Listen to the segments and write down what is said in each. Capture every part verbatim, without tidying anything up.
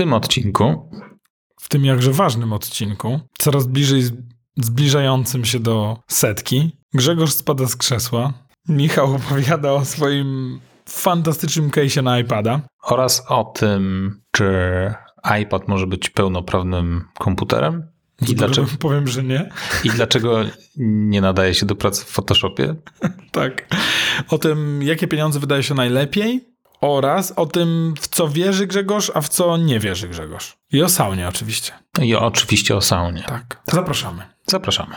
tym odcinku, w tym jakże ważnym odcinku, coraz bliżej zbliżającym się do setki, Grzegorz spada z krzesła, Michał opowiada o swoim fantastycznym case'ie na iPada. Oraz o tym, czy iPad może być pełnoprawnym komputerem. I dlaczego, powiem, że nie. I dlaczego nie nadaje się do pracy w Photoshopie. Tak. O tym, jakie pieniądze wydaje się najlepiej oraz o tym, w co wierzy Grzegorz, a w co nie wierzy Grzegorz. I o saunie oczywiście. I oczywiście o saunie. Tak. To zapraszamy. Zapraszamy.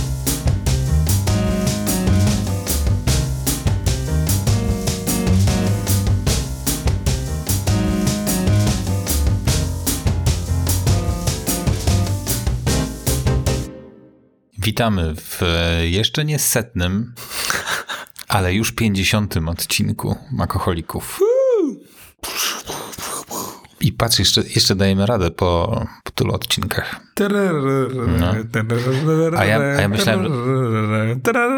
Witamy w jeszcze nie setnym, ale już pięćdziesiątym odcinku Makoholików. I patrz, jeszcze, jeszcze dajemy radę po, po tylu odcinkach. No. A, ja, a ja myślałem, że...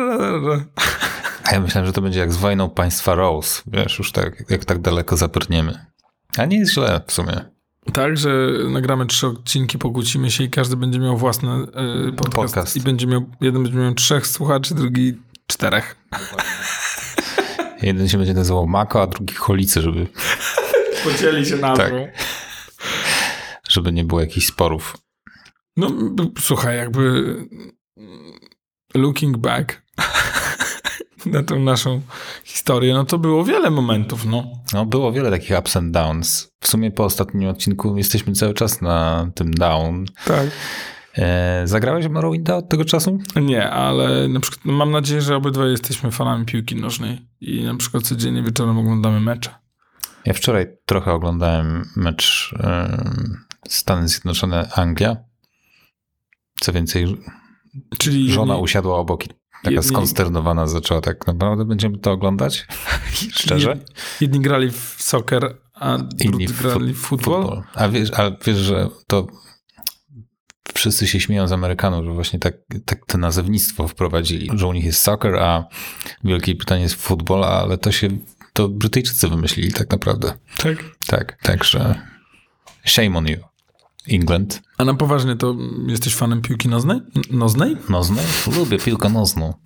A ja myślałem, że to będzie jak z Wojną Państwa Rose. Wiesz, już tak, jak tak daleko zabrniemy. A nie jest źle w sumie. Tak, że nagramy trzy odcinki, pokłócimy się i każdy będzie miał własny y, podcast, podcast. I będzie miał, jeden będzie miał trzech słuchaczy, drugi czterech. Jeden się będzie nazywał Mako, a drugi Holicy, żeby... Podzieli się nazwą. Tak. Żeby nie było jakichś sporów. No, słuchaj, jakby looking back na tą naszą historię, no to było wiele momentów, no. No, było wiele takich ups and downs. W sumie po ostatnim odcinku jesteśmy cały czas na tym down. Tak. E, zagrałeś w Morrowinda od tego czasu? Nie, ale na przykład mam nadzieję, że obydwaj jesteśmy fanami piłki nożnej i na przykład codziennie wieczorem oglądamy mecze. Ja wczoraj trochę oglądałem mecz e, Stany Zjednoczone-Anglia. Co więcej, Czyli żona nie... usiadła obok i taka jedni... skonsternowana zaczęła tak, naprawdę będziemy to oglądać? Szczerze? Jedni, jedni grali w soccer, a inni grali w futbol. futbol. A wiesz, a wiesz, że to wszyscy się śmieją z Amerykanów, że właśnie tak, tak to nazewnictwo wprowadzili, że u nich jest soccer, a w Wielkiej Brytanii jest futbol, ale to się to Brytyjczycy wymyślili tak naprawdę. Tak? Tak, także shame on you, England. A na poważnie, to jesteś fanem piłki nożnej? Noznej? Noznej? Lubię piłkę nożną.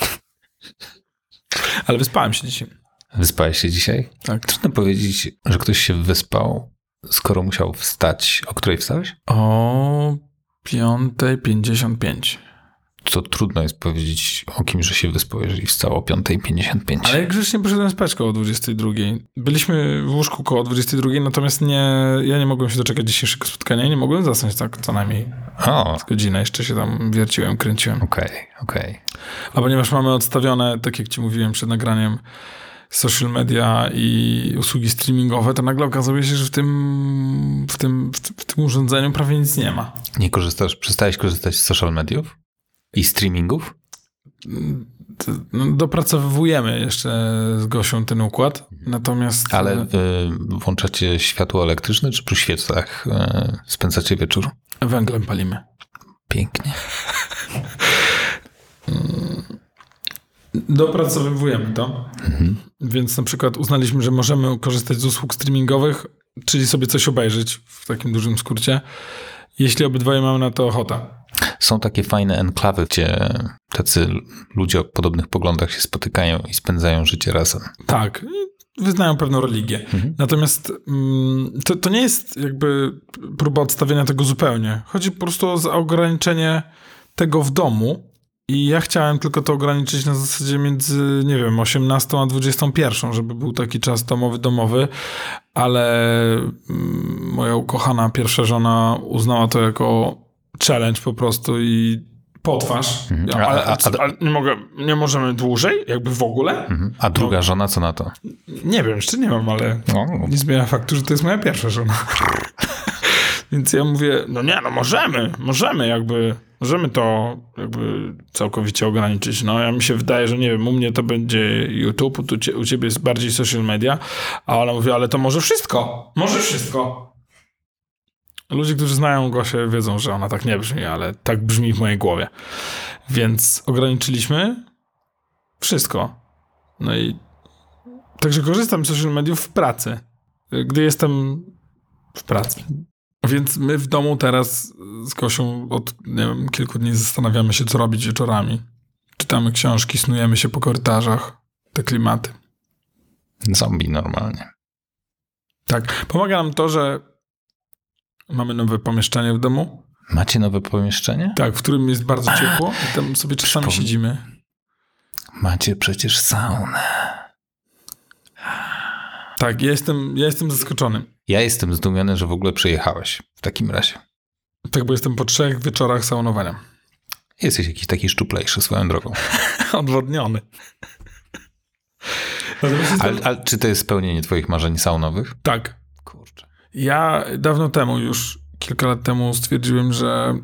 Ale wyspałem się dzisiaj. Wyspałeś się dzisiaj? Tak. Trudno powiedzieć, że ktoś się wyspał, skoro musiał wstać. O której wstałeś? O piąta pięćdziesiąt pięć. Co trudno jest powiedzieć o kim, że się wyspał, jeżeli wstał o piąta pięćdziesiąt pięć. Ale jak grzecznie poszedłem spać koło dwudziestej drugiej. Byliśmy w łóżku koło dwudziestej drugiej, natomiast nie, ja nie mogłem się doczekać dzisiejszego spotkania i nie mogłem zasnąć tak co najmniej o. z godzinę. Jeszcze się tam wierciłem, kręciłem. Okej, okay, okej. Okay. A ponieważ mamy odstawione, tak jak ci mówiłem przed nagraniem, social media i usługi streamingowe, to nagle okazuje się, że w tym, w tym, w tym urządzeniu prawie nic nie ma. Nie korzystasz, przestałeś korzystać z social mediów? I streamingów? Dopracowujemy jeszcze z Gosią ten układ, natomiast... Ale y, włączacie światło elektryczne, czy przy świecach y, spędzacie wieczór? Węglem palimy. Pięknie. Dopracowujemy to, mhm. Więc na przykład uznaliśmy, że możemy korzystać z usług streamingowych, czyli sobie coś obejrzeć w takim dużym skrócie, jeśli obydwoje mamy na to ochotę. Są takie fajne enklawy, gdzie tacy ludzie o podobnych poglądach się spotykają i spędzają życie razem. Tak, wyznają pewną religię. Mhm. Natomiast mm, to, to nie jest jakby próba odstawienia tego zupełnie. Chodzi po prostu o ograniczenie tego w domu i ja chciałem tylko to ograniczyć na zasadzie między, nie wiem, osiemnastą a dwudziestą pierwszą, żeby był taki czas domowy, domowy, ale mm, moja ukochana pierwsza żona uznała to jako challenge po prostu i potwarz. Mhm. A, a, a, a nie, mogę, nie możemy dłużej? Jakby w ogóle? Mhm. A druga no, żona co na to? Nie wiem, jeszcze nie mam, ale no. Nie zmienia faktu, że to jest moja pierwsza żona. Więc ja mówię, no nie, no możemy, możemy jakby, możemy to jakby całkowicie ograniczyć. No ja mi się wydaje, że nie wiem, u mnie to będzie YouTube, u, cie, u ciebie jest bardziej social media, a ona mówi, ale to może wszystko, może wszystko. Ludzie, którzy znają Gosię, wiedzą, że ona tak nie brzmi, ale tak brzmi w mojej głowie. Więc ograniczyliśmy wszystko. No i także korzystam z social mediów w pracy. Gdy jestem w pracy. Więc my w domu teraz z Gosią od, nie wiem, kilku dni zastanawiamy się, co robić wieczorami. Czytamy książki, snujemy się po korytarzach. Te klimaty. Zombie normalnie. Tak. Pomaga nam to, że mamy nowe pomieszczenie w domu. Macie nowe pomieszczenie? Tak, w którym jest bardzo ciepło i tam sobie czasami Przypom- siedzimy. Macie przecież saunę. Tak, ja jestem, ja jestem zaskoczony. Ja jestem zdumiony, że w ogóle przyjechałeś w takim razie. Tak, bo jestem po trzech wieczorach saunowania. Jesteś jakiś taki szczuplejszy swoją drogą. Odwodniony. Ale, ale czy to jest spełnienie twoich marzeń saunowych? Tak. Kurczę. Ja dawno temu, już kilka lat temu stwierdziłem, że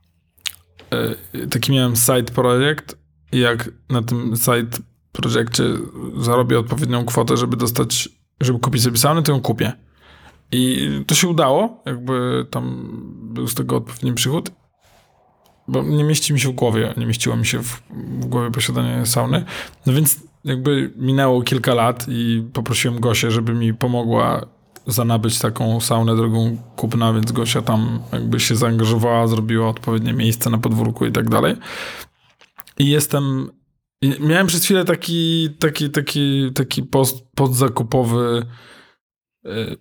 y, taki miałem side projekt i jak na tym side projekcie zarobię odpowiednią kwotę, żeby dostać, żeby kupić sobie saunę, to ją kupię. I to się udało, jakby tam był z tego odpowiedni przychód, bo nie mieści mi się w głowie, nie mieściło mi się w, w głowie posiadanie sauny. No więc jakby minęło kilka lat i poprosiłem Gosię, żeby mi pomogła zanabyć taką saunę drogą kupna, więc Gosia tam jakby się zaangażowała, zrobiła odpowiednie miejsce na podwórku i tak dalej. I jestem... I miałem przez chwilę taki taki, taki, taki post, podzakupowy yy,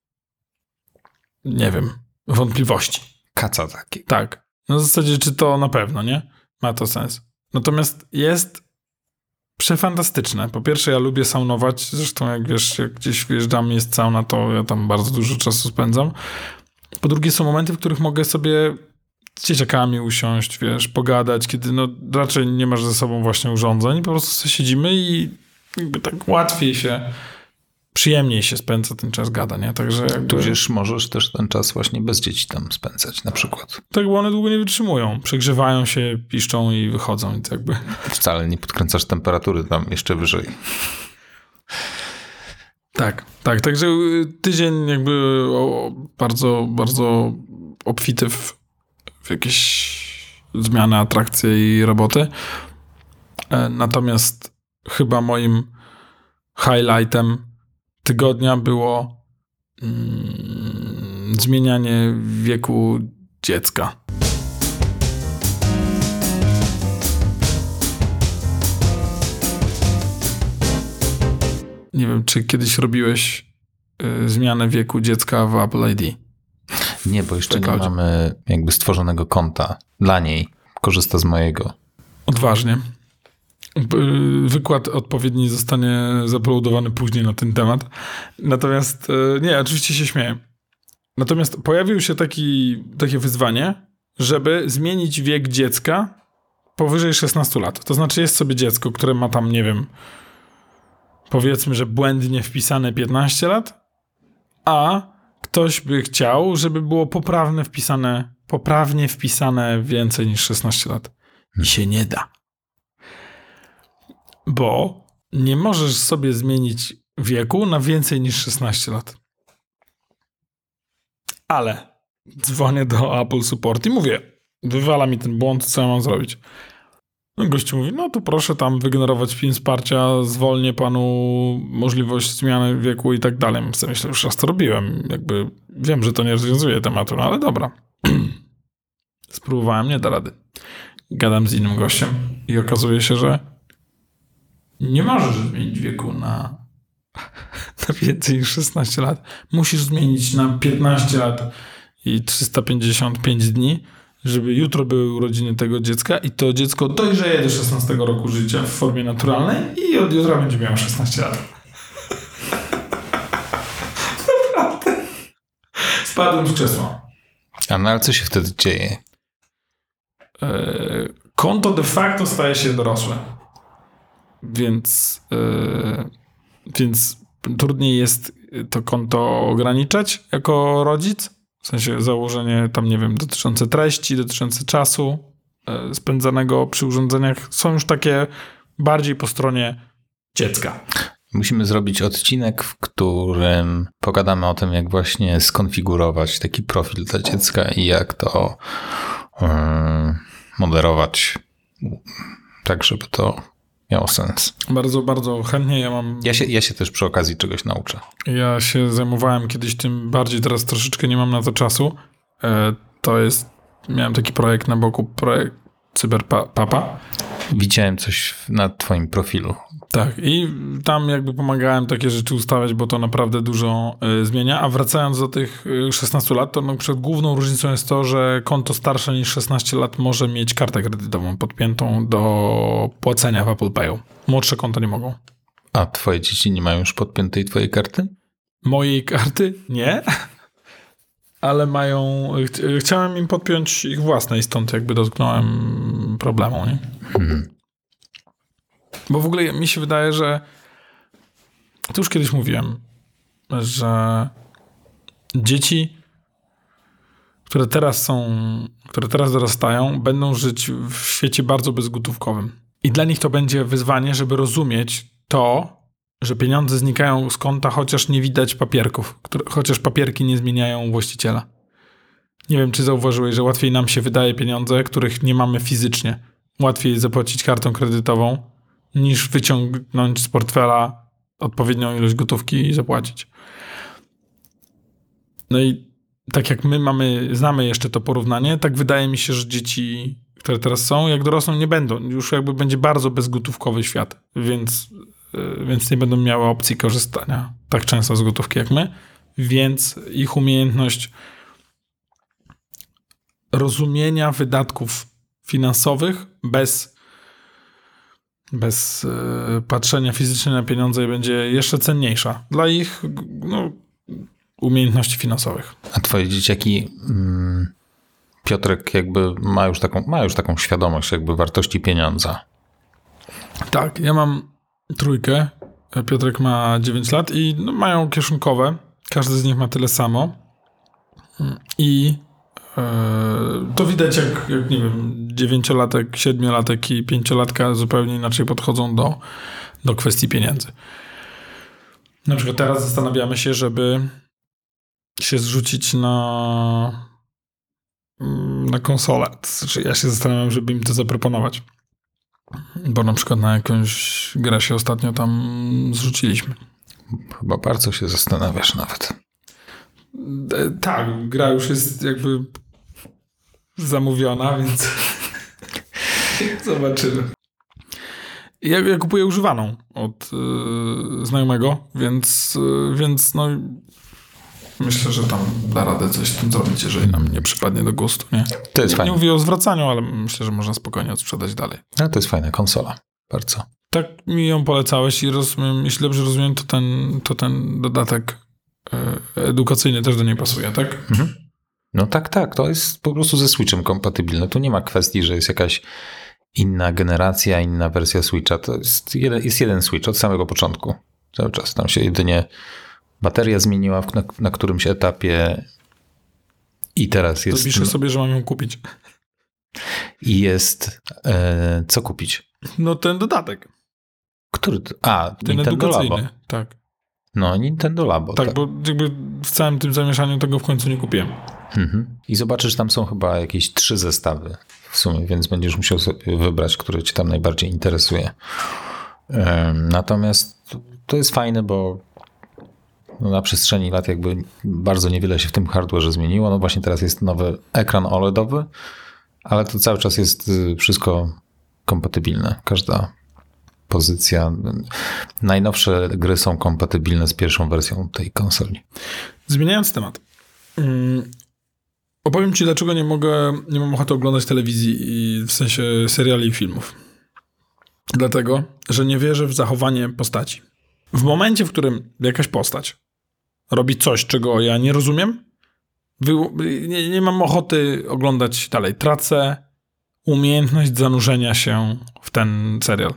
nie wiem, wątpliwości. Kaca taki. Tak. Na zasadzie, czy to na pewno, nie? Ma to sens. Natomiast jest przefantastyczne. Po pierwsze, ja lubię saunować. Zresztą jak wiesz, jak gdzieś wjeżdżam, jest sauna, to ja tam bardzo dużo czasu spędzam. Po drugie, są momenty, w których mogę sobie z dzieciakami usiąść, wiesz, pogadać, kiedy no raczej nie masz ze sobą właśnie urządzeń. Po prostu sobie siedzimy i jakby tak łatwiej się, przyjemniej się spędza ten czas gada, nie? Także jakby... Tudzież możesz też ten czas właśnie bez dzieci tam spędzać na przykład. Tak, bo one długo nie wytrzymują. Przegrzewają się, piszczą i wychodzą. I jakby... Wcale nie podkręcasz temperatury tam jeszcze wyżej. Tak, tak. Także tydzień jakby o, bardzo, bardzo obfity w, w jakieś zmiany, atrakcje i roboty. Natomiast chyba moim highlightem tygodnia było mm, zmienianie wieku dziecka. Nie wiem, czy kiedyś robiłeś y, zmianę wieku dziecka w Apple I D? Nie, bo jeszcze nie mamy jakby stworzonego konta dla niej. Korzysta z mojego. Odważnie. Wykład odpowiedni zostanie zauploadowany później na ten temat. Natomiast, nie, oczywiście się śmieję. Natomiast pojawił się taki, takie wyzwanie, żeby zmienić wiek dziecka powyżej szesnastu lat. To znaczy jest sobie dziecko, które ma tam, nie wiem, powiedzmy, że błędnie wpisane piętnaście lat, a ktoś by chciał, żeby było poprawne wpisane, poprawnie wpisane więcej niż szesnaście lat. I się nie da. Bo nie możesz sobie zmienić wieku na więcej niż szesnaście lat. Ale dzwonię do Apple Support i mówię, wywala mi ten błąd, co ja mam zrobić? No gościu mówi, no to proszę tam wygenerować pin wsparcia, zwolnię panu możliwość zmiany wieku i tak dalej. Myślę, już raz to robiłem. Jakby wiem, że to nie rozwiązuje tematu, no ale dobra. Spróbowałem, nie da rady. Gadam z innym gościem i okazuje się, że nie możesz zmienić wieku na, na więcej niż szesnaście lat. Musisz zmienić na piętnaście lat i trzysta pięćdziesiąt pięć dni, żeby jutro były urodziny tego dziecka i to dziecko dojrzeje do szesnastego roku życia w formie naturalnej i od jutra będzie miało szesnaście lat. Naprawdę. Spadłem z krzesła. A no ale co się wtedy dzieje? Yy, konto de facto staje się dorosłe. Więc, yy, więc trudniej jest to konto ograniczać jako rodzic. W sensie założenie tam, nie wiem, dotyczące treści, dotyczące czasu yy, spędzanego przy urządzeniach są już takie bardziej po stronie dziecka. Musimy zrobić odcinek, w którym pogadamy o tym, jak właśnie skonfigurować taki profil dla dziecka i jak to yy, moderować tak, żeby to miało sens. Bardzo, bardzo chętnie. Ja mam... Ja się, ja się też przy okazji czegoś nauczę. Ja się zajmowałem kiedyś tym bardziej, teraz troszeczkę nie mam na to czasu. E, to jest... Miałem taki projekt na boku, projekt Cyberpapa. Widziałem coś na twoim profilu. Tak, i tam jakby pomagałem takie rzeczy ustawiać, bo to naprawdę dużo y, zmienia. A wracając do tych y, szesnastu lat, to na przykład główną różnicą jest to, że konto starsze niż szesnaście lat może mieć kartę kredytową podpiętą do płacenia w Apple Pay'u. Młodsze konto nie mogą. A twoje dzieci nie mają już podpiętej twojej karty? Mojej karty? Nie. Ale mają... Ch chciałem im podpiąć ich własnej, stąd jakby dotknąłem problemu, nie? Hmm. Bo w ogóle mi się wydaje, że to już kiedyś mówiłem, że dzieci, które teraz są, które teraz dorastają, będą żyć w świecie bardzo bezgotówkowym. I dla nich to będzie wyzwanie, żeby rozumieć to, że pieniądze znikają z konta, chociaż nie widać papierków, które, chociaż papierki nie zmieniają właściciela. Nie wiem, czy zauważyłeś, że łatwiej nam się wydaje pieniądze, których nie mamy fizycznie. Łatwiej zapłacić kartą kredytową, niż wyciągnąć z portfela odpowiednią ilość gotówki i zapłacić. No i tak jak my mamy, znamy jeszcze to porównanie, tak wydaje mi się, że dzieci, które teraz są, jak dorosną, nie będą. Już jakby będzie bardzo bezgotówkowy świat, więc, więc nie będą miały opcji korzystania tak często z gotówki jak my, więc ich umiejętność rozumienia wydatków finansowych bez bez y, patrzenia fizycznie na pieniądze będzie jeszcze cenniejsza dla ich no, umiejętności finansowych. A twoje dzieciaki, mm, Piotrek jakby ma już, taką, ma już taką świadomość jakby wartości pieniądza. Tak, ja mam trójkę, Piotrek ma dziewięć lat i no, mają kieszonkowe, każdy z nich ma tyle samo i to widać, jak, jak nie wiem, dziewięciolatek, siedmiolatek i pięciolatka zupełnie inaczej podchodzą do, do kwestii pieniędzy. Na przykład teraz zastanawiamy się, żeby się zrzucić na na konsolę. Znaczy ja się zastanawiam, żeby im to zaproponować. Bo na przykład na jakąś grę się ostatnio tam zrzuciliśmy. Chyba bardzo się zastanawiasz nawet. Tak, gra już jest jakby zamówiona, więc zobaczymy. Ja, ja kupuję używaną od yy, znajomego, więc, yy, więc no myślę, że tam da radę coś z tym zrobić, jeżeli nam nie przypadnie do gustu, nie? To jest nie, fajne. Nie mówię o zwracaniu, ale myślę, że można spokojnie odsprzedać dalej. No to jest fajna konsola. Bardzo. Tak mi ją polecałeś i rozumiem, jeśli dobrze rozumiem, to ten, to ten dodatek edukacyjny też do niej pasuje, tak? Mhm. No tak, tak. To jest po prostu ze Switchem kompatybilne. Tu nie ma kwestii, że jest jakaś inna generacja, inna wersja Switcha. To jest jeden, jest jeden Switch od samego początku. Cały czas. Tam się jedynie bateria zmieniła na, na którymś etapie i teraz jest... To piszę sobie, że mam ją kupić. I jest... E, co kupić? No ten dodatek. Który? A, ten Nintendo Labo. Tak. No, Nintendo Labo. Tak, tak, bo jakby w całym tym zamieszaniu tego w końcu nie kupiłem. Mhm. I zobaczysz, tam są chyba jakieś trzy zestawy w sumie, więc będziesz musiał sobie wybrać, który cię tam najbardziej interesuje. Natomiast to jest fajne, bo no na przestrzeni lat jakby bardzo niewiele się w tym hardwareze zmieniło. No właśnie teraz jest nowy ekran O L E D-owy, ale to cały czas jest wszystko kompatybilne. Każda pozycja. Najnowsze gry są kompatybilne z pierwszą wersją tej konsoli. Zmieniając temat. Um, opowiem ci, dlaczego nie mogę, nie mam ochoty oglądać telewizji i w sensie seriali i filmów. Dlatego, że nie wierzę w zachowanie postaci. W momencie, w którym jakaś postać robi coś, czego ja nie rozumiem, nie, nie mam ochoty oglądać dalej. Tracę umiejętność zanurzenia się w ten serial.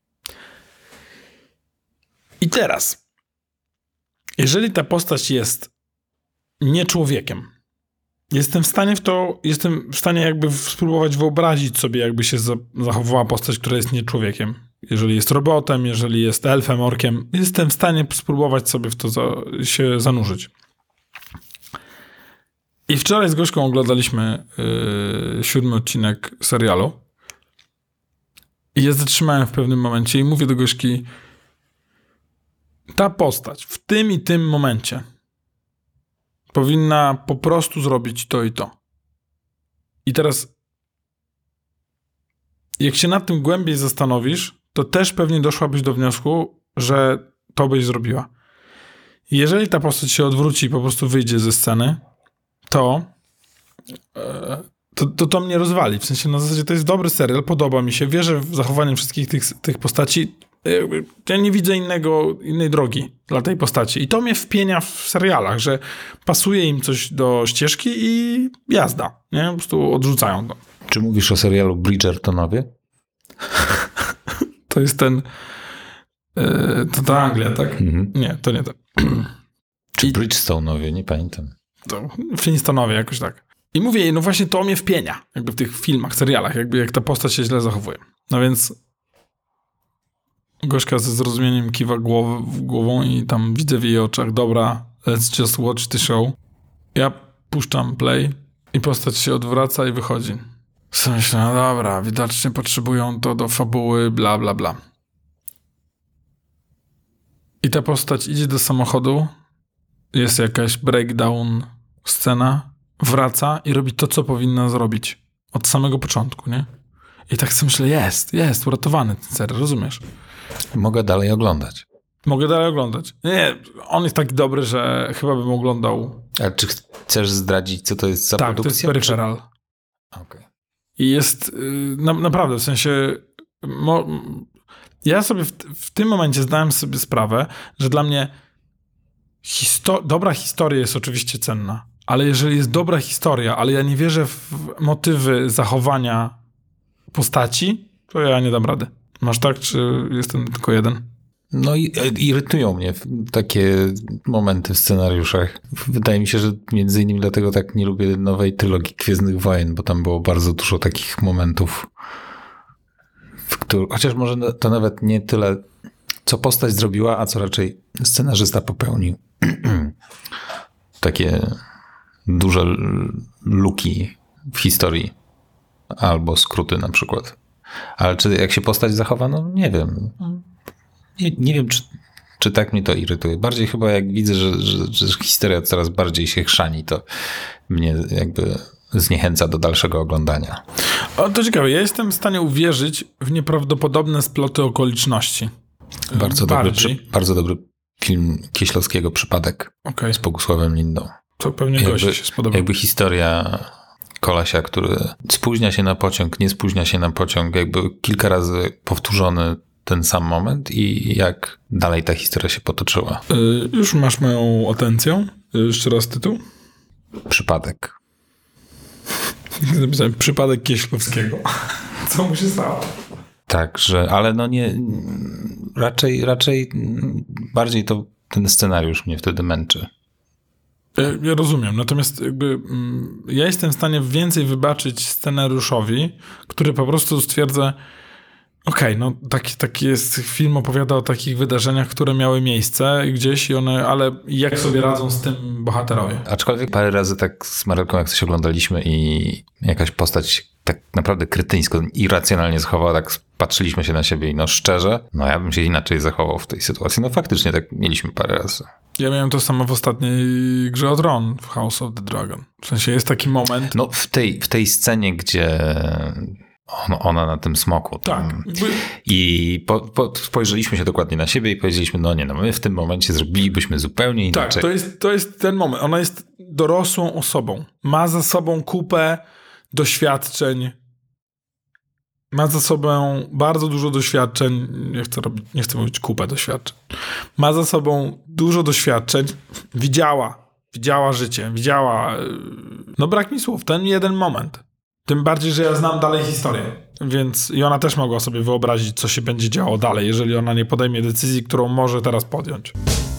I teraz, jeżeli ta postać jest nie człowiekiem, jestem w stanie w to, jestem w stanie jakby spróbować wyobrazić sobie, jakby się zachowała postać, która jest nie człowiekiem. Jeżeli jest robotem, jeżeli jest elfem, orkiem, jestem w stanie spróbować sobie w to za, się zanurzyć. I wczoraj z Gośką oglądaliśmy yy, siódmy odcinek serialu. I ja zatrzymałem w pewnym momencie i mówię do Gośki, ta postać w tym i tym momencie powinna po prostu zrobić to i to. I teraz jak się nad tym głębiej zastanowisz, to też pewnie doszłabyś do wniosku, że to byś zrobiła. I jeżeli ta postać się odwróci i po prostu wyjdzie ze sceny, to to, to to mnie rozwali. W sensie na zasadzie to jest dobry serial, podoba mi się, wierzę w zachowanie wszystkich tych, tych postaci. Ja nie widzę innego, innej drogi dla tej postaci. I to mnie wpienia w serialach, że pasuje im coś do ścieżki i jazda. Nie? Po prostu odrzucają to. Czy mówisz o serialu Bridgertonowie? To jest ten... Yy, to ta Anglia, tak? Mhm. Nie, to nie to. Czy I... Bridgestone'owie? Nie pamiętam. To Flintstonowie jakoś tak. I mówię, no właśnie to mnie wpienia. Jakby w tych filmach, serialach, jakby jak ta postać się źle zachowuje. No więc Gośka ze zrozumieniem kiwa głow, głową i tam widzę w jej oczach, dobra, let's just watch the show. Ja puszczam play i postać się odwraca i wychodzi. Co myślę, no dobra, widocznie potrzebują to do fabuły, bla, bla, bla. I ta postać idzie do samochodu, jest jakaś breakdown scena, wraca i robi to, co powinna zrobić. Od samego początku, nie? I tak sobie myślę, jest, jest, uratowany ten serial, rozumiesz? Mogę dalej oglądać. Mogę dalej oglądać. Nie, on jest tak dobry, że chyba bym oglądał... A czy chcesz zdradzić, co to jest za tak, produkcja? Tak, to jest Peripheral. Czy... Okay. I jest na, naprawdę, w sensie... Mo, ja sobie w, w tym momencie zdałem sobie sprawę, że dla mnie histo- dobra historia jest oczywiście cenna, ale jeżeli jest dobra historia, ale ja nie wierzę w motywy zachowania postaci, to ja nie dam rady. Masz tak, czy jestem tylko jeden? No i irytują mnie takie momenty w scenariuszach. Wydaje mi się, że między innymi dlatego tak nie lubię nowej trylogii Gwiezdnych Wojen, bo tam było bardzo dużo takich momentów, w których, chociaż może to nawet nie tyle, co postać zrobiła, a co raczej scenarzysta popełnił. Takie duże luki w historii albo skróty na przykład. Ale czy jak się postać zachowa? No nie wiem. Nie, nie wiem, czy, czy tak mnie to irytuje. Bardziej chyba jak widzę, że, że, że historia coraz bardziej się chrzani, to mnie jakby zniechęca do dalszego oglądania. O, to ciekawe. Ja jestem w stanie uwierzyć w nieprawdopodobne sploty okoliczności. Bardzo dobry, przy, bardzo dobry film Kieślowskiego, Przypadek, okay. z Bogusławem Lindą. To pewnie gości się spodoba. Jakby historia kolesia, który spóźnia się na pociąg, nie spóźnia się na pociąg, jakby kilka razy powtórzony ten sam moment i jak dalej ta historia się potoczyła. Yy, już masz moją atencję. Jeszcze raz tytuł. Przypadek. Napisałem Przypadek Kieślowskiego. Co mu się stało? Tak, że, ale no nie, raczej, raczej bardziej to ten scenariusz mnie wtedy męczy. Ja, ja rozumiem, natomiast jakby mm, ja jestem w stanie więcej wybaczyć scenariuszowi, który po prostu stwierdza, okej, okay, no taki, taki jest, film opowiada o takich wydarzeniach, które miały miejsce gdzieś i one, ale jak sobie radzą z tym bohaterowie. Aczkolwiek parę razy tak z Marelką, jak coś oglądaliśmy i jakaś postać tak naprawdę krytyńsko, irracjonalnie zachowała, tak patrzyliśmy się na siebie i no szczerze, no ja bym się inaczej zachował w tej sytuacji. No faktycznie tak mieliśmy parę razy. Ja miałem to samo w ostatniej Grze o Tron, w House of the Dragon. W sensie jest taki moment... No w tej, w tej scenie, gdzie on, ona na tym smoku. Tak. I po, po, spojrzeliśmy się dokładnie na siebie i powiedzieliśmy, no nie, no my w tym momencie zrobilibyśmy zupełnie inaczej. Tak, to jest, to jest ten moment. Ona jest dorosłą osobą. Ma za sobą kupę doświadczeń. Ma za sobą bardzo dużo doświadczeń. Nie chcę, robić, nie chcę mówić kupę doświadczeń. Ma za sobą dużo doświadczeń. Widziała. Widziała życie. Widziała... No brak mi słów. Ten jeden moment. Tym bardziej, że ja znam dalej historię. Więc i ona też mogła sobie wyobrazić, co się będzie działo dalej, jeżeli ona nie podejmie decyzji, którą może teraz podjąć.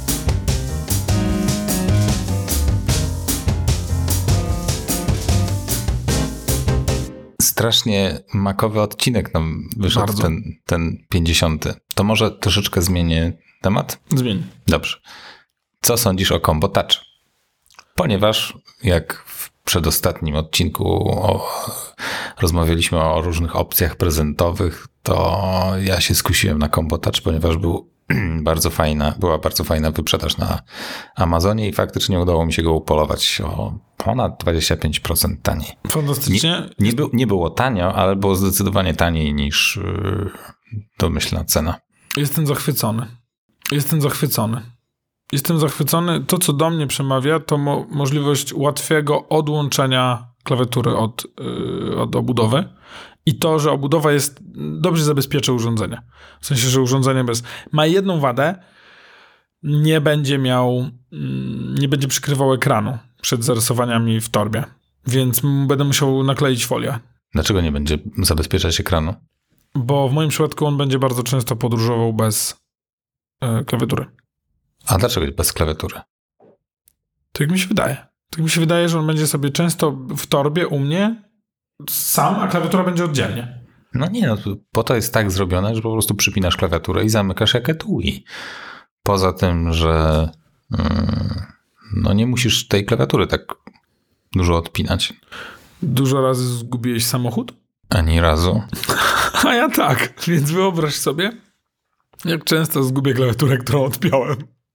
Strasznie makowy odcinek nam wyszedł, ten, ten pięćdziesiąty. To może troszeczkę zmienię temat? Zmień. Dobrze. Co sądzisz o Combo Touch? Ponieważ jak w przedostatnim odcinku o, rozmawialiśmy o różnych opcjach prezentowych, to ja się skusiłem na Combo Touch, ponieważ był bardzo fajna, była bardzo fajna wyprzedaż na Amazonie i faktycznie udało mi się go upolować o ponad dwadzieścia pięć procent taniej. Fantastycznie. Nie, nie, był, nie było tanio, ale było zdecydowanie taniej niż yy, domyślna cena. Jestem zachwycony. Jestem zachwycony. Jestem zachwycony. To, co do mnie przemawia, to mo- możliwość łatwego odłączenia klawiatury od, yy, od obudowy i to, że obudowa jest dobrze zabezpiecza urządzenie. W sensie, że urządzenie bez... Ma jedną wadę, nie będzie miał, nie będzie przykrywał ekranu przed zarysowaniami w torbie, więc będę musiał nakleić folię. Dlaczego nie będzie zabezpieczać ekranu? Bo w moim przypadku on będzie bardzo często podróżował bez yy, klawiatury. A dlaczego bez klawiatury? Tak mi się wydaje. Tak mi się wydaje, że on będzie sobie często w torbie u mnie sam, a klawiatura będzie oddzielnie. No nie, no po to jest tak zrobione, że po prostu przypinasz klawiaturę i zamykasz jak etui. Poza tym, że yy, no nie musisz tej klawiatury tak dużo odpinać. Dużo razy zgubiłeś samochód? Ani razu. A ja tak, więc wyobraź sobie, jak często zgubię klawiaturę, którą odpiąłem.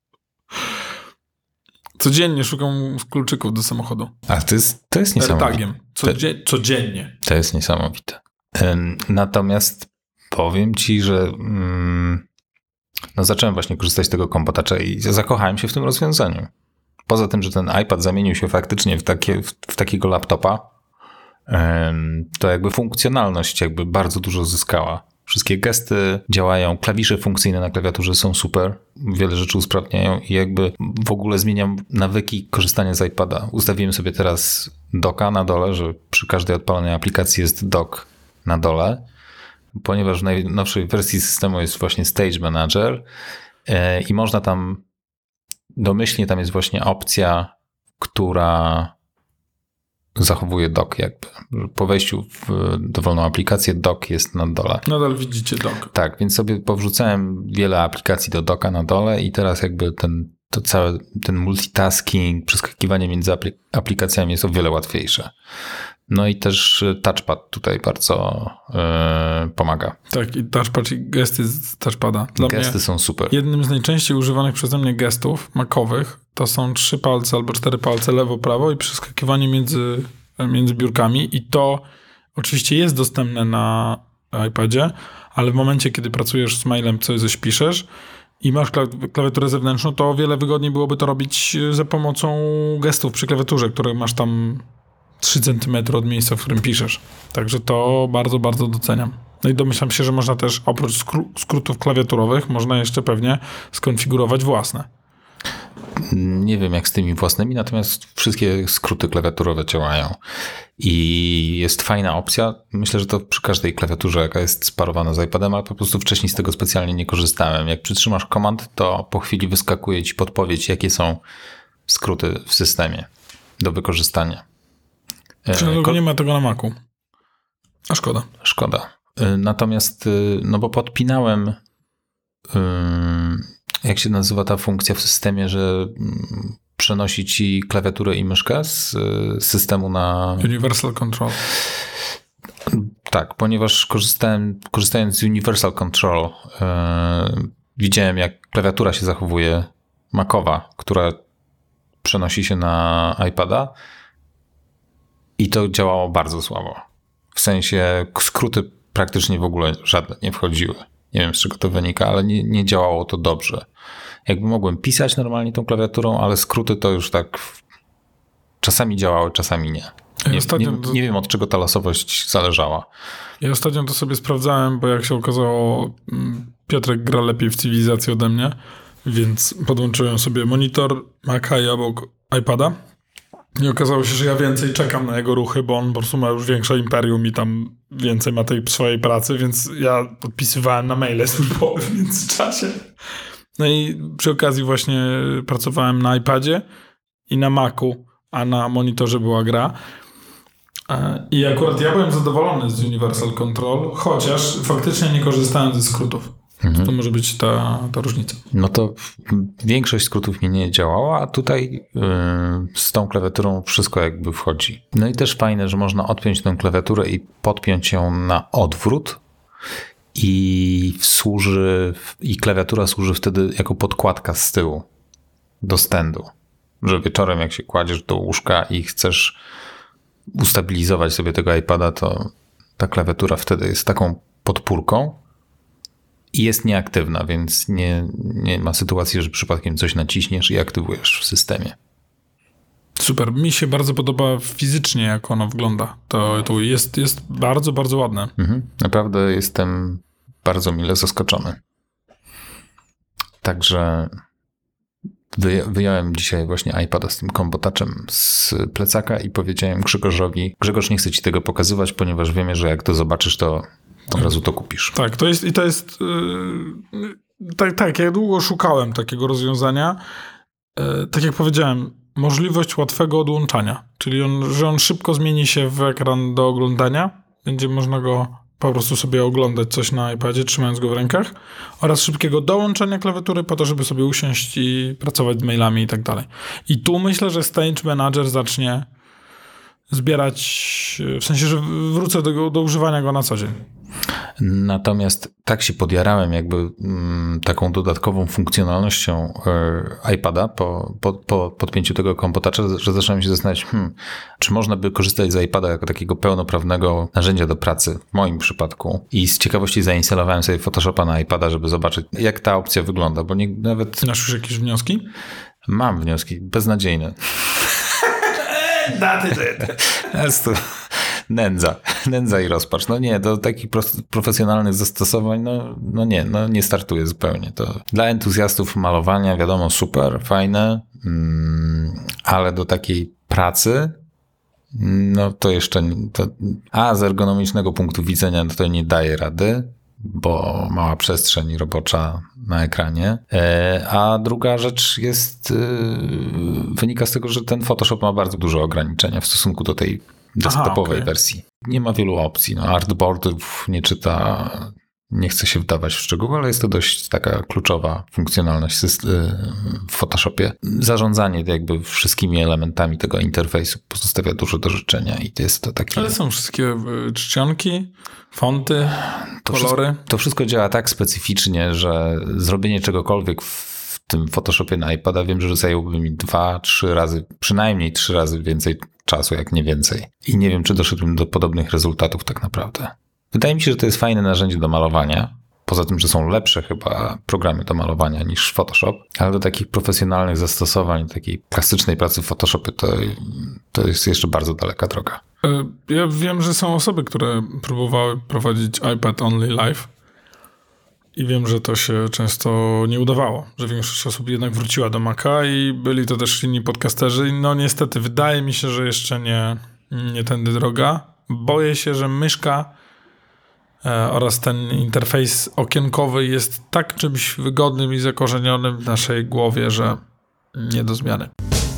Codziennie szukam kluczyków do samochodu. A to jest, to jest niesamowite. AirTagiem. Codzie- codziennie. To jest niesamowite. Natomiast powiem ci, że mm, no zacząłem właśnie korzystać z tego Combo Toucha i zakochałem się w tym rozwiązaniu. Poza tym, że ten iPad zamienił się faktycznie w, takie, w, w takiego laptopa, to jakby funkcjonalność jakby bardzo dużo zyskała. Wszystkie gesty działają, klawisze funkcyjne na klawiaturze są super, wiele rzeczy usprawniają i jakby w ogóle zmieniam nawyki korzystania z iPada. Ustawiłem sobie teraz docka na dole, że przy każdej odpalonej aplikacji jest dock na dole, ponieważ w najnowszej wersji systemu jest właśnie Stage Manager i można tam domyślnie, tam jest właśnie opcja, która zachowuje dock jakby. Po wejściu w dowolną aplikację dock jest na dole. Nadal widzicie dock. Tak, więc sobie powrzucałem wiele aplikacji do docka na dole i teraz jakby ten, to całe, ten multitasking, przeskakiwanie między aplik- aplikacjami jest o wiele łatwiejsze. No i też touchpad tutaj bardzo yy, pomaga. Tak, i touchpad i gesty z touchpada. Dla Gesty są super. Jednym z najczęściej używanych przeze mnie gestów macowych to są trzy palce albo cztery palce lewo, prawo i przeskakiwanie między, między biurkami i to oczywiście jest dostępne na iPadzie, ale w momencie, kiedy pracujesz z mailem, coś coś piszesz i masz klawiaturę zewnętrzną, to o wiele wygodniej byłoby to robić za pomocą gestów przy klawiaturze, które masz tam trzy centymetry od miejsca, w którym piszesz. Także to bardzo, bardzo doceniam. No i domyślam się, że można też oprócz skró- skrótów klawiaturowych, można jeszcze pewnie skonfigurować własne. Nie wiem jak z tymi własnymi, natomiast wszystkie skróty klawiaturowe działają. I jest fajna opcja. Myślę, że to przy każdej klawiaturze, jaka jest sparowana z iPadem, ale po prostu wcześniej z tego specjalnie nie korzystałem. Jak przytrzymasz komand, to po chwili wyskakuje ci podpowiedź, jakie są skróty w systemie do wykorzystania. Czyli Ko- nie ma tego na Macu. A szkoda. Szkoda. Natomiast, no bo podpinałem, jak się nazywa ta funkcja w systemie, że przenosi ci klawiaturę i myszkę z systemu na... Universal Control. Tak, ponieważ korzystałem, korzystając z Universal Control, widziałem jak klawiatura się zachowuje macowa, która przenosi się na iPada. I to działało bardzo słabo. W sensie skróty praktycznie w ogóle żadne nie wchodziły. Nie wiem z czego to wynika, ale nie, nie działało to dobrze. Jakby mogłem pisać normalnie tą klawiaturą, ale skróty to już tak czasami działały, czasami nie. Nie, nie, nie wiem od czego ta losowość zależała. Ja ostatnio to sobie sprawdzałem, bo jak się okazało, Piotrek gra lepiej w cywilizację ode mnie, więc podłączyłem sobie monitor Maca i obok iPada. I okazało się, że ja więcej czekam na jego ruchy, bo on po prostu ma już większe imperium i tam więcej ma tej swojej pracy, więc ja odpisywałem na maile służbowe w międzyczasie. No i przy okazji właśnie pracowałem na iPadzie i na Macu, a na monitorze była gra. I akurat ja byłem zadowolony z Universal Control, chociaż faktycznie nie korzystałem ze skrótów. Mhm. To może być ta, ta różnica. No to większość skrótów mi nie działała, a tutaj yy, z tą klawiaturą wszystko jakby wchodzi. No i też fajne, że można odpiąć tę klawiaturę i podpiąć ją na odwrót i służy, i klawiatura służy wtedy jako podkładka z tyłu do stędu, że wieczorem jak się kładziesz do łóżka i chcesz ustabilizować sobie tego iPada, to ta klawiatura wtedy jest taką podpórką i jest nieaktywna, więc nie, nie ma sytuacji, że przypadkiem coś naciśniesz i aktywujesz w systemie. Super. Mi się bardzo podoba fizycznie, jak ono wygląda. To, to jest, jest bardzo, bardzo ładne. Mhm. Naprawdę jestem bardzo mile zaskoczony. Także wyja- wyjąłem dzisiaj właśnie iPada z tym kompotaczem z plecaka i powiedziałem Grzegorzowi, Grzegorz, nie chcę ci tego pokazywać, ponieważ wiemy, że jak to zobaczysz, to od razu to kupisz. Tak, to jest i to jest yy, tak, tak, ja długo szukałem takiego rozwiązania. Yy, tak jak powiedziałem, możliwość łatwego odłączania, czyli on, że on szybko zmieni się w ekran do oglądania, będzie można go po prostu sobie oglądać coś na iPadzie, trzymając go w rękach, oraz szybkiego dołączenia klawiatury po to, żeby sobie usiąść i pracować z mailami i tak dalej. I tu myślę, że Stage Manager zacznie zbierać, w sensie, że wrócę do, do używania go na co dzień. Natomiast tak się podjarałem jakby mm, taką dodatkową funkcjonalnością e, iPada po, po, po podpięciu tego kompotacza, że zacząłem się zastanawiać, hmm, czy można by korzystać z iPada jako takiego pełnoprawnego narzędzia do pracy, w moim przypadku. I z ciekawości zainstalowałem sobie Photoshopa na iPada, żeby zobaczyć, jak ta opcja wygląda, bo nie, nawet... Masz już jakieś wnioski? Mam wnioski, beznadziejne. Daty, daty. Nędza. Nędza i rozpacz. No nie, do takich profesjonalnych zastosowań, no, no nie, no nie startuje zupełnie. To dla entuzjastów malowania, wiadomo, super, fajne, mm, ale do takiej pracy, no to jeszcze, to, a z ergonomicznego punktu widzenia no to nie daje rady, bo mała przestrzeń robocza na ekranie. E, a druga rzecz jest, y, wynika z tego, że ten Photoshop ma bardzo duże ograniczenia w stosunku do tej desktopowej Aha, okay. wersji. Nie ma wielu opcji. No, artboardów nie czyta, nie chce się wdawać w szczegóły, ale jest to dość taka kluczowa funkcjonalność w Photoshopie. Zarządzanie jakby wszystkimi elementami tego interfejsu pozostawia dużo do życzenia i to jest to takie... Ale są wszystkie czcionki, fonty, to kolory. Wszystko, to wszystko działa tak specyficznie, że zrobienie czegokolwiek w tym Photoshopie na iPada wiem, że zajęłoby mi dwa, trzy razy, przynajmniej trzy razy więcej czasu, jak nie więcej. I nie wiem, czy doszedłem do podobnych rezultatów tak naprawdę. Wydaje mi się, że to jest fajne narzędzie do malowania. Poza tym, że są lepsze chyba programy do malowania niż Photoshop, ale do takich profesjonalnych zastosowań, takiej klasycznej pracy w Photoshopie to, to jest jeszcze bardzo daleka droga. Ja wiem, że są osoby, które próbowały prowadzić iPad Only Live i wiem, że to się często nie udawało, że większość osób jednak wróciła do Maca i byli to też inni podcasterzy. No niestety, wydaje mi się, że jeszcze nie, nie tędy droga. Boję się, że myszka e, oraz ten interfejs okienkowy jest tak czymś wygodnym i zakorzenionym w naszej głowie, że nie do zmiany.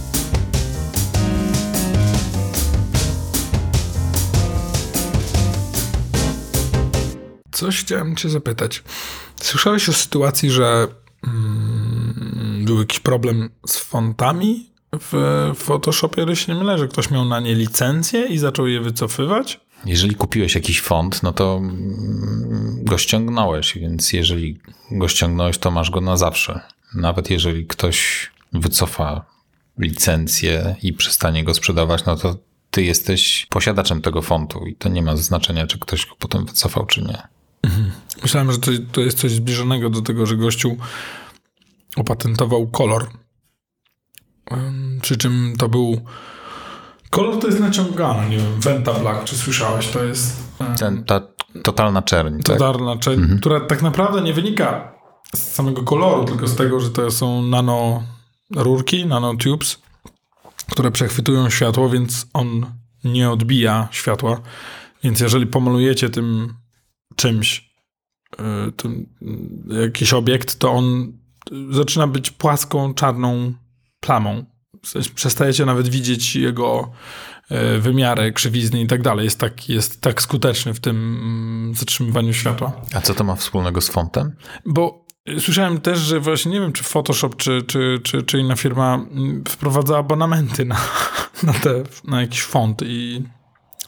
Coś chciałem cię zapytać. Słyszałeś o sytuacji, że mm, był jakiś problem z fontami w Photoshopie, ale się nie mylę, że ktoś miał na nie licencję i zaczął je wycofywać? Jeżeli kupiłeś jakiś font, no to go ściągnąłeś, więc jeżeli go ściągnąłeś, to masz go na zawsze. Nawet jeżeli ktoś wycofa licencję i przestanie go sprzedawać, no to ty jesteś posiadaczem tego fontu i to nie ma znaczenia, czy ktoś go potem wycofał, czy nie. Mhm. Myślałem, że to, to jest coś zbliżonego do tego, że gościu opatentował kolor. Um, przy czym to był... Kolor to jest naciągany, nie wiem, Venta Black, czy słyszałeś, to jest... Um, Ten, ta totalna czerń. Totalna tak? czerń, mhm. która tak naprawdę nie wynika z samego koloru, tylko z tego, że to są nano rurki, nanotubes, które przechwytują światło, więc on nie odbija światła. Więc jeżeli pomalujecie tym czymś, tym, jakiś obiekt, to on zaczyna być płaską, czarną plamą. W sensie przestajecie nawet widzieć jego wymiary, krzywizny i tak dalej. Jest tak, jest tak skuteczny w tym zatrzymywaniu światła. A co to ma wspólnego z fontem? Bo słyszałem też, że właśnie nie wiem, czy Photoshop, czy, czy, czy, czy inna firma wprowadza abonamenty na, na, te, na jakiś font i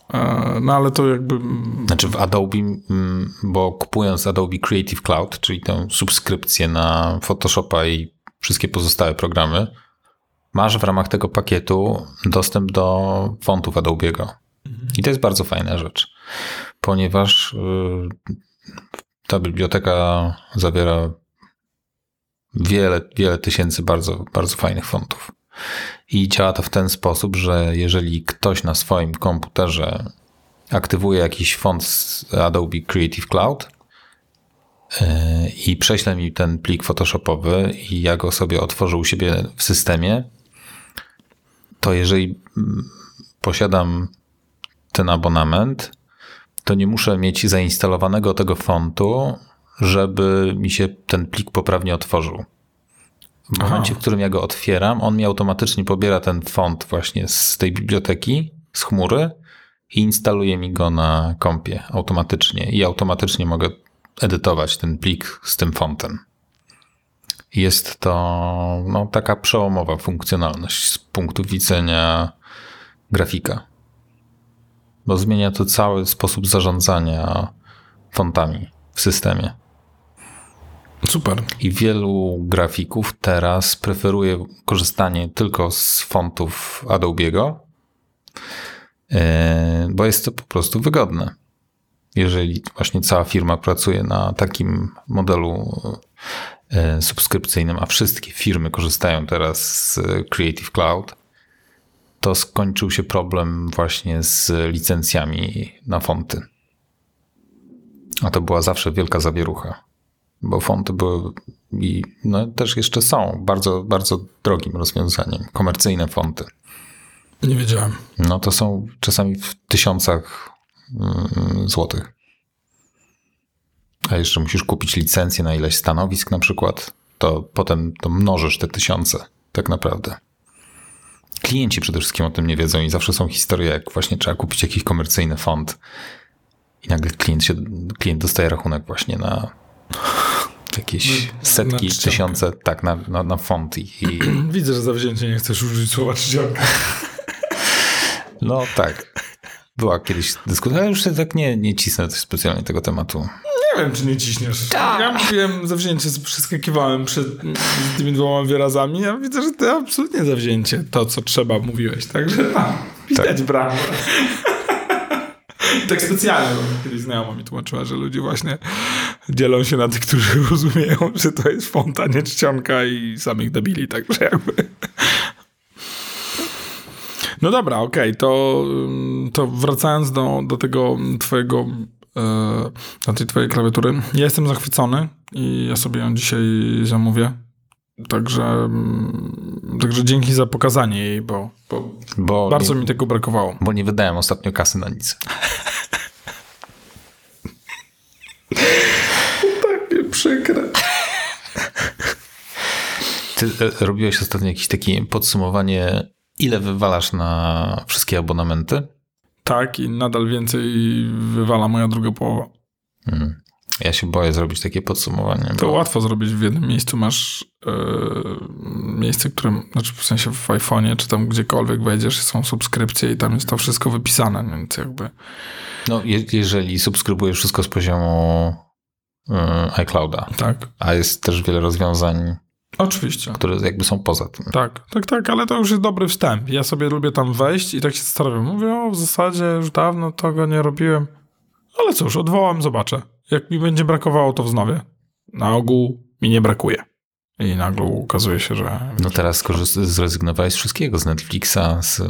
No ale to jakby... Znaczy w Adobe, bo kupując Adobe Creative Cloud, czyli tę subskrypcję na Photoshopa i wszystkie pozostałe programy, masz w ramach tego pakietu dostęp do fontów Adobe'ego. Mhm. I to jest bardzo fajna rzecz, ponieważ ta biblioteka zawiera wiele, wiele tysięcy bardzo, bardzo fajnych fontów. I działa to w ten sposób, że jeżeli ktoś na swoim komputerze aktywuje jakiś font z Adobe Creative Cloud yy, i prześle mi ten plik photoshopowy i ja go sobie otworzę u siebie w systemie, to jeżeli posiadam ten abonament, to nie muszę mieć zainstalowanego tego fontu, żeby mi się ten plik poprawnie otworzył. W momencie, Aha. w którym ja go otwieram, on mi automatycznie pobiera ten font właśnie z tej biblioteki, z chmury i instaluje mi go na kompie automatycznie. I automatycznie mogę edytować ten plik z tym fontem. Jest to no, taka przełomowa funkcjonalność z punktu widzenia grafika. Bo zmienia to cały sposób zarządzania fontami w systemie. Super. I wielu grafików teraz preferuje korzystanie tylko z fontów Adobe'ego, bo jest to po prostu wygodne. Jeżeli właśnie cała firma pracuje na takim modelu subskrypcyjnym, a wszystkie firmy korzystają teraz z Creative Cloud, to skończył się problem właśnie z licencjami na fonty. A to była zawsze wielka zawierucha. Bo fonty były i no, też jeszcze są bardzo, bardzo drogim rozwiązaniem. Komercyjne fonty. Nie wiedziałem. No to są czasami w tysiącach yy, złotych. A jeszcze musisz kupić licencję na ileś stanowisk na przykład, to potem to mnożysz te tysiące tak naprawdę. Klienci przede wszystkim o tym nie wiedzą i zawsze są historie, jak właśnie trzeba kupić jakiś komercyjny font i nagle klient, się, klient dostaje rachunek właśnie na jakieś setki, na tysiące, tak, na, na, na font. I, i... Widzę, że zawzięcie nie chcesz użyć słowa czcionka. No tak. Była kiedyś dyskusja, ale już się tak nie, nie cisnę specjalnie tego tematu. Nie wiem, czy nie ciśniesz. Ta. Ja mówiłem zawzięcie, przeskakiwałem przed tymi dwoma wyrazami, ja widzę, że ty absolutnie zawzięcie to, co trzeba, mówiłeś. Także tam, widać tak. Brawo. Tak specjalnie, bo kiedyś znajoma mi tłumaczyła, że ludzie właśnie dzielą się na tych, którzy rozumieją, że to jest fonta, nie czcionka i samych debili, także jakby... No dobra, okej, okay. to, to wracając do, do tego twojego, e, do tej twojej klawiatury, ja jestem zachwycony i ja sobie ją dzisiaj zamówię, także, także dzięki za pokazanie jej, bo, bo, bo bardzo nie, mi tego brakowało. Bo nie wydałem ostatnio kasy na nic. Takie przykre. Ty robiłeś ostatnio jakieś takie podsumowanie, ile wywalasz na wszystkie abonamenty? Tak, i nadal więcej wywala moja druga połowa. Hmm. Ja się boję zrobić takie podsumowanie. To bo... łatwo zrobić. W jednym miejscu masz yy, miejsce, które, znaczy w sensie w iPhone'ie, czy tam gdziekolwiek wejdziesz, są subskrypcje i tam jest to wszystko wypisane, więc jakby... No, je- jeżeli subskrybujesz wszystko z poziomu yy, iClouda, tak. A jest też wiele rozwiązań, oczywiście, które jakby są poza tym. Tak, tak, tak, ale to już jest dobry wstęp. Ja sobie lubię tam wejść i tak się zastanawiam. Mówię, o, w zasadzie już dawno tego nie robiłem. Ale cóż, odwołam, zobaczę. Jak mi będzie brakowało, to wznowię. Na ogół mi nie brakuje. I nagle ukazuje się, że... No teraz korzyst- zrezygnowałeś z wszystkiego, z Netflixa, z...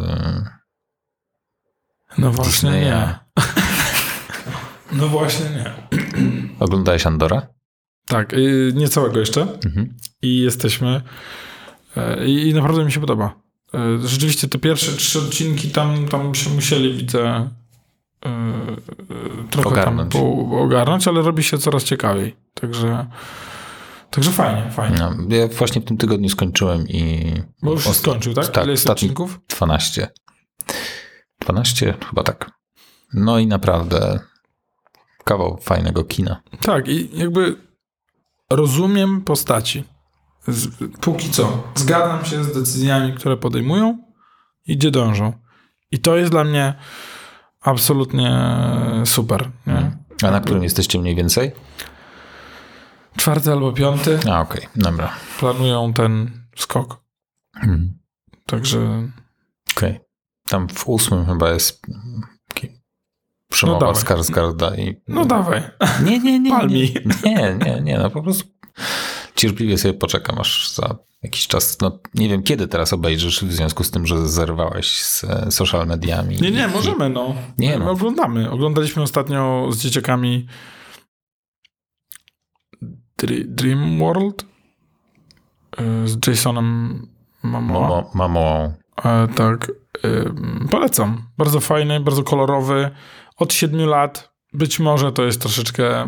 No właśnie Disneya. Nie. No właśnie nie. Oglądałeś Andora? Tak, nie całego jeszcze. Mhm. I jesteśmy... I, I naprawdę mi się podoba. Rzeczywiście te pierwsze trzy odcinki tam, tam się musieli, widzę... Yy, trochę ogarnąć. tam po, ogarnąć, ale robi się coraz ciekawiej. Także, także fajnie, fajnie. No, ja właśnie w tym tygodniu skończyłem i... Bo już się skończył, tak? tak Ile jest odcinków? dwanaście. dwanaście? Chyba tak. No i naprawdę kawał fajnego kina. Tak, i jakby rozumiem postaci. Z, póki co. Zgadzam się z decyzjami, które podejmują i gdzie dążą. I to jest dla mnie absolutnie super. Nie? A na którym jesteście mniej więcej? Czwarty albo piąty. A, okej, okay. Dobra. Planują ten skok. Hmm. Także... Okej. Okay. Tam w ósmym chyba jest przemowa no Skarsgarda i... No dawaj. Nie, nie, nie. Palmi. Nie, nie, nie, nie. No po prostu cierpliwie sobie poczekam aż za jakiś czas. No nie wiem, kiedy teraz obejrzysz w związku z tym, że zerwałeś z social mediami. Nie, nie, możemy, no. Nie, My no. oglądamy. Oglądaliśmy ostatnio z dzieciakami Dream World z Jasonem Momoa. Momoa. E, tak. E, polecam. Bardzo fajny, bardzo kolorowy. Od siedmiu lat. Być może to jest troszeczkę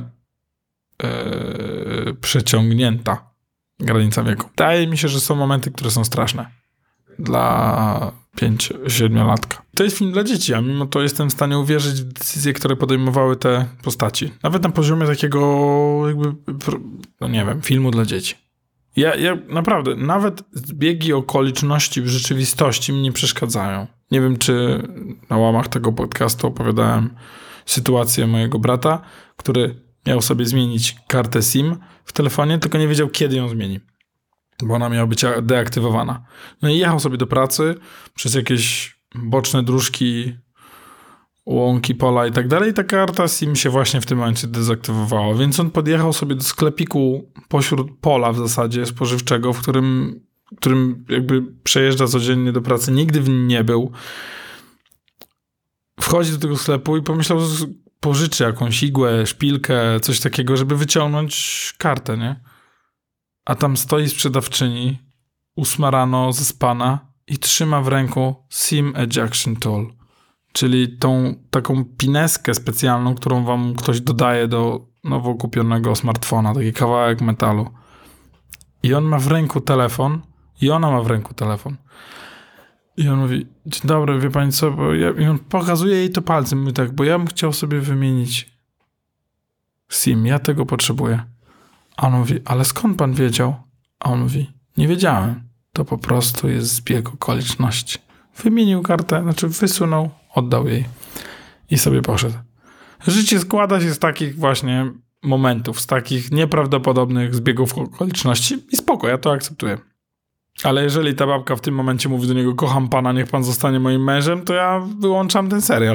e, przeciągnięta granica wieku. Wydaje mi się, że są momenty, które są straszne dla pięcio-siedmiolatka. To jest film dla dzieci, a mimo to jestem w stanie uwierzyć w decyzje, które podejmowały te postaci. Nawet na poziomie takiego jakby, no nie wiem, filmu dla dzieci. Ja, ja naprawdę, nawet zbiegi okoliczności w rzeczywistości mi nie przeszkadzają. Nie wiem, czy na łamach tego podcastu opowiadałem sytuację mojego brata, który miał sobie zmienić kartę SIM w telefonie, tylko nie wiedział, kiedy ją zmieni, bo ona miała być deaktywowana. No i jechał sobie do pracy przez jakieś boczne dróżki, łąki, pola i tak dalej, i ta karta SIM się właśnie w tym momencie dezaktywowała, więc on podjechał sobie do sklepiku pośród pola w zasadzie spożywczego, w którym, którym jakby przejeżdża codziennie do pracy, nigdy w nim nie był. Wchodzi do tego sklepu i pomyślał, że pożyczy jakąś igłę, szpilkę, coś takiego, żeby wyciągnąć kartę, nie? A tam stoi sprzedawczyni, ósma rano, zaspana i trzyma w ręku SIM Ejection Tool, czyli tą taką pineskę specjalną, którą wam ktoś dodaje do nowo kupionego smartfona, taki kawałek metalu. I on ma w ręku telefon i ona ma w ręku telefon. I on mówi, dzień dobry, wie pani co, bo ja... I on pokazuje jej to palcem, mówi tak, bo ja bym chciał sobie wymienić SIM, ja tego potrzebuję. A on mówi, ale skąd pan wiedział? A on mówi, nie wiedziałem, to po prostu jest zbieg okoliczności. Wymienił kartę, znaczy wysunął, oddał jej i sobie poszedł. Życie składa się z takich właśnie momentów, z takich nieprawdopodobnych zbiegów okoliczności i spoko, ja to akceptuję. Ale jeżeli ta babka w tym momencie mówi do niego, kocham pana, niech pan zostanie moim mężem, to ja wyłączam ten serial.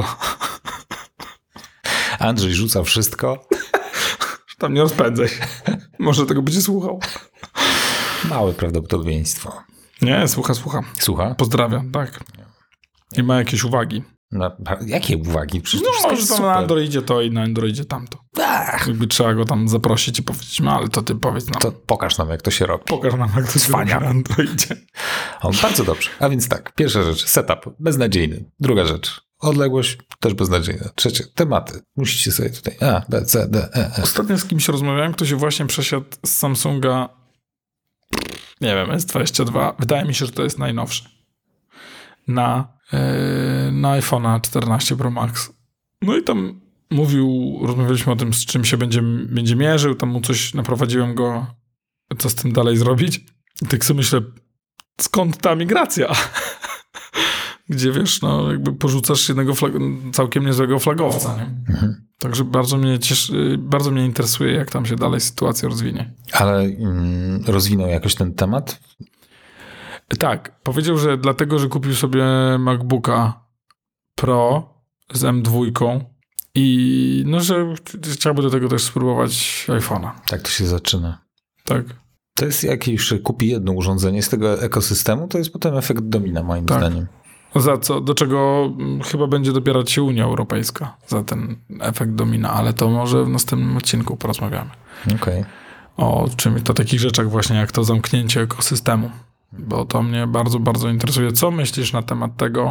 Andrzej rzuca wszystko. Tam nie rozpędzaj się. Może tego będzie słuchał. Małe prawdopodobieństwo. Nie, słucha, słucha. Słucha? Pozdrawiam, tak. I ma jakieś uwagi. Na, jakie uwagi? Przecież no może tam na Androidzie to i na Androidzie tamto. Ach. Jakby trzeba go tam zaprosić i powiedzieć, no ale to ty powiedz nam. To pokaż nam, jak to się robi. Pokaż nam, jak to się robi na Androidzie. O, bardzo dobrze. A więc tak, pierwsza rzecz, setup, beznadziejny. Druga rzecz, odległość, też beznadziejna. Trzecia, tematy. Musicie sobie tutaj A, B, C, D, E, F. Ostatnio z kimś rozmawiałem, kto się właśnie przesiadł z Samsunga, nie wiem, S dwadzieścia dwa. Wydaje mi się, że to jest najnowszy. Na na iPhone'a czternaście Pro Max. No i tam mówił, rozmawialiśmy o tym, z czym się będzie, będzie mierzył, tam mu coś, naprowadziłem go, co z tym dalej zrobić. I tak sobie myślę, skąd ta migracja? Gdzie, wiesz, no jakby porzucasz jednego flag- całkiem niezłego flagowca, nie? Mhm. Także bardzo mnie cieszy, bardzo mnie interesuje, jak tam się dalej sytuacja rozwinie. Ale mm, rozwinął jakoś ten temat? Tak, powiedział, że dlatego, że kupił sobie MacBooka Pro z M dwa i no, że chciałby do tego też spróbować iPhone'a. Tak to się zaczyna. Tak. To jest jak już kupi jedno urządzenie z tego ekosystemu, to jest potem efekt domina, moim tak. zdaniem. Za co? Do czego chyba będzie dopierać się Unia Europejska za ten efekt domina, ale to może w następnym odcinku porozmawiamy. Okej. Okay. O czym to takich rzeczach właśnie jak to zamknięcie ekosystemu. Bo to mnie bardzo, bardzo interesuje. Co myślisz na temat tego,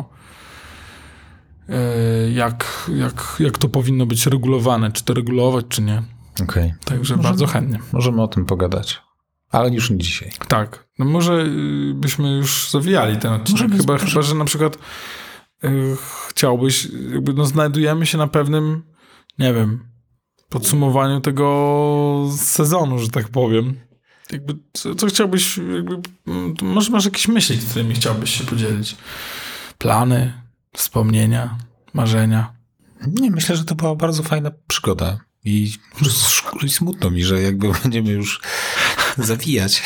jak, jak, jak to powinno być regulowane? Czy to regulować, czy nie? Okej. Okay. Także możemy, bardzo chętnie. Możemy o tym pogadać. Ale już nie dzisiaj. Tak. No może byśmy już zawijali ten odcinek. Chyba, może... chyba, że na przykład yy, chciałbyś, jakby no znajdujemy się na pewnym, nie wiem, podsumowaniu tego sezonu, że tak powiem. Jakby, co, co chciałbyś, jakby, może masz jakieś myśli, z którymi chciałbyś się podzielić? Plany, wspomnienia, marzenia? Nie, myślę, że to była bardzo fajna przygoda i smutno mi, że jakby będziemy już zawijać.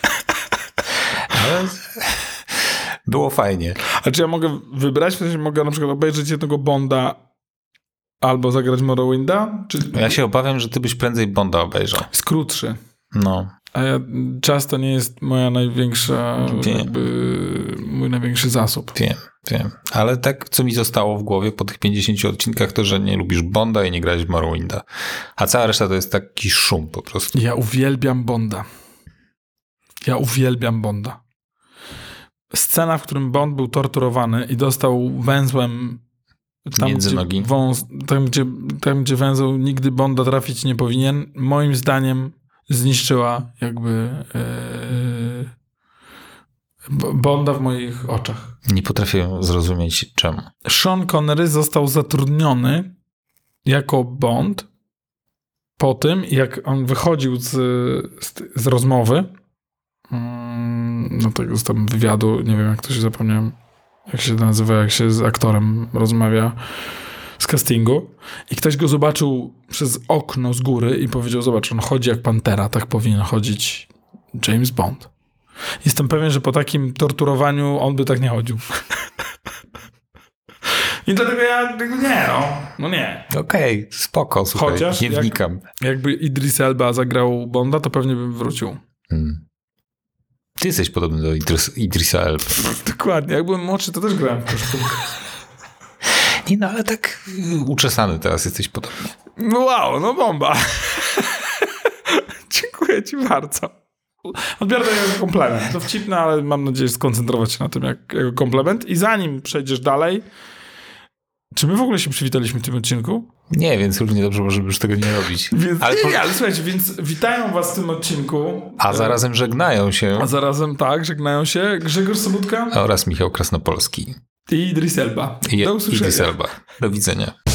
Ale było fajnie. A czy ja mogę wybrać? W sensie mogę na przykład obejrzeć jednego Bonda albo zagrać Morrowinda? Czy... Ja się obawiam, że ty byś prędzej Bonda obejrzał. Jest krótszy. No. A ja, czas to nie jest moja największa, wiem. jakby mój największy zasób. Wiem, wiem. Ale tak, co mi zostało w głowie po tych pięćdziesięciu odcinkach, to, że nie lubisz Bonda i nie grałeś w Morrowinda. A cała reszta to jest taki szum po prostu. Ja uwielbiam Bonda. Ja uwielbiam Bonda. Scena, w którym Bond był torturowany i dostał węzłem tam, między gdzie nogi. Wąs, tam, gdzie, tam, gdzie węzeł nigdy Bonda trafić nie powinien, moim zdaniem zniszczyła jakby yy, Bonda w moich oczach. Nie potrafię zrozumieć czemu. Sean Connery został zatrudniony jako Bond po tym, jak on wychodził z, z, z rozmowy, no tego z tam wywiadu, nie wiem jak to się zapomniałem, jak się nazywa, jak się z aktorem rozmawia z castingu i ktoś go zobaczył przez okno z góry i powiedział, zobacz, on chodzi jak pantera, tak powinien chodzić James Bond. Jestem pewien, że po takim torturowaniu on by tak nie chodził. I dlatego ja nie, no, no nie. Okej, okay, spoko, słuchaj, chociaż nie wnikam. Jak, jakby Idris Elba zagrał Bonda, to pewnie bym wrócił. Hmm. Ty jesteś podobny do Idris, Idrisa Elba. Dokładnie, jak byłem młodszy, to też grałem w koszulkę. Nie, no ale tak uczesany teraz jesteś podobny. No wow, no bomba. Dziękuję ci bardzo. Odbiorę to jako komplement. To wcipne, ale mam nadzieję skoncentrować się na tym jak, jako komplement. I zanim przejdziesz dalej, czy my w ogóle się przywitaliśmy w tym odcinku? Nie, więc równie dobrze możemy już tego nie robić. Więc, ale, nie, po... nie, ale słuchajcie, więc witają was w tym odcinku. A zarazem żegnają się. A zarazem tak, żegnają się Grzegorz Sobutka oraz Michał Krasnopolski. I Idris Elba. I, Do usłyszenia. Idris Elba. Do widzenia.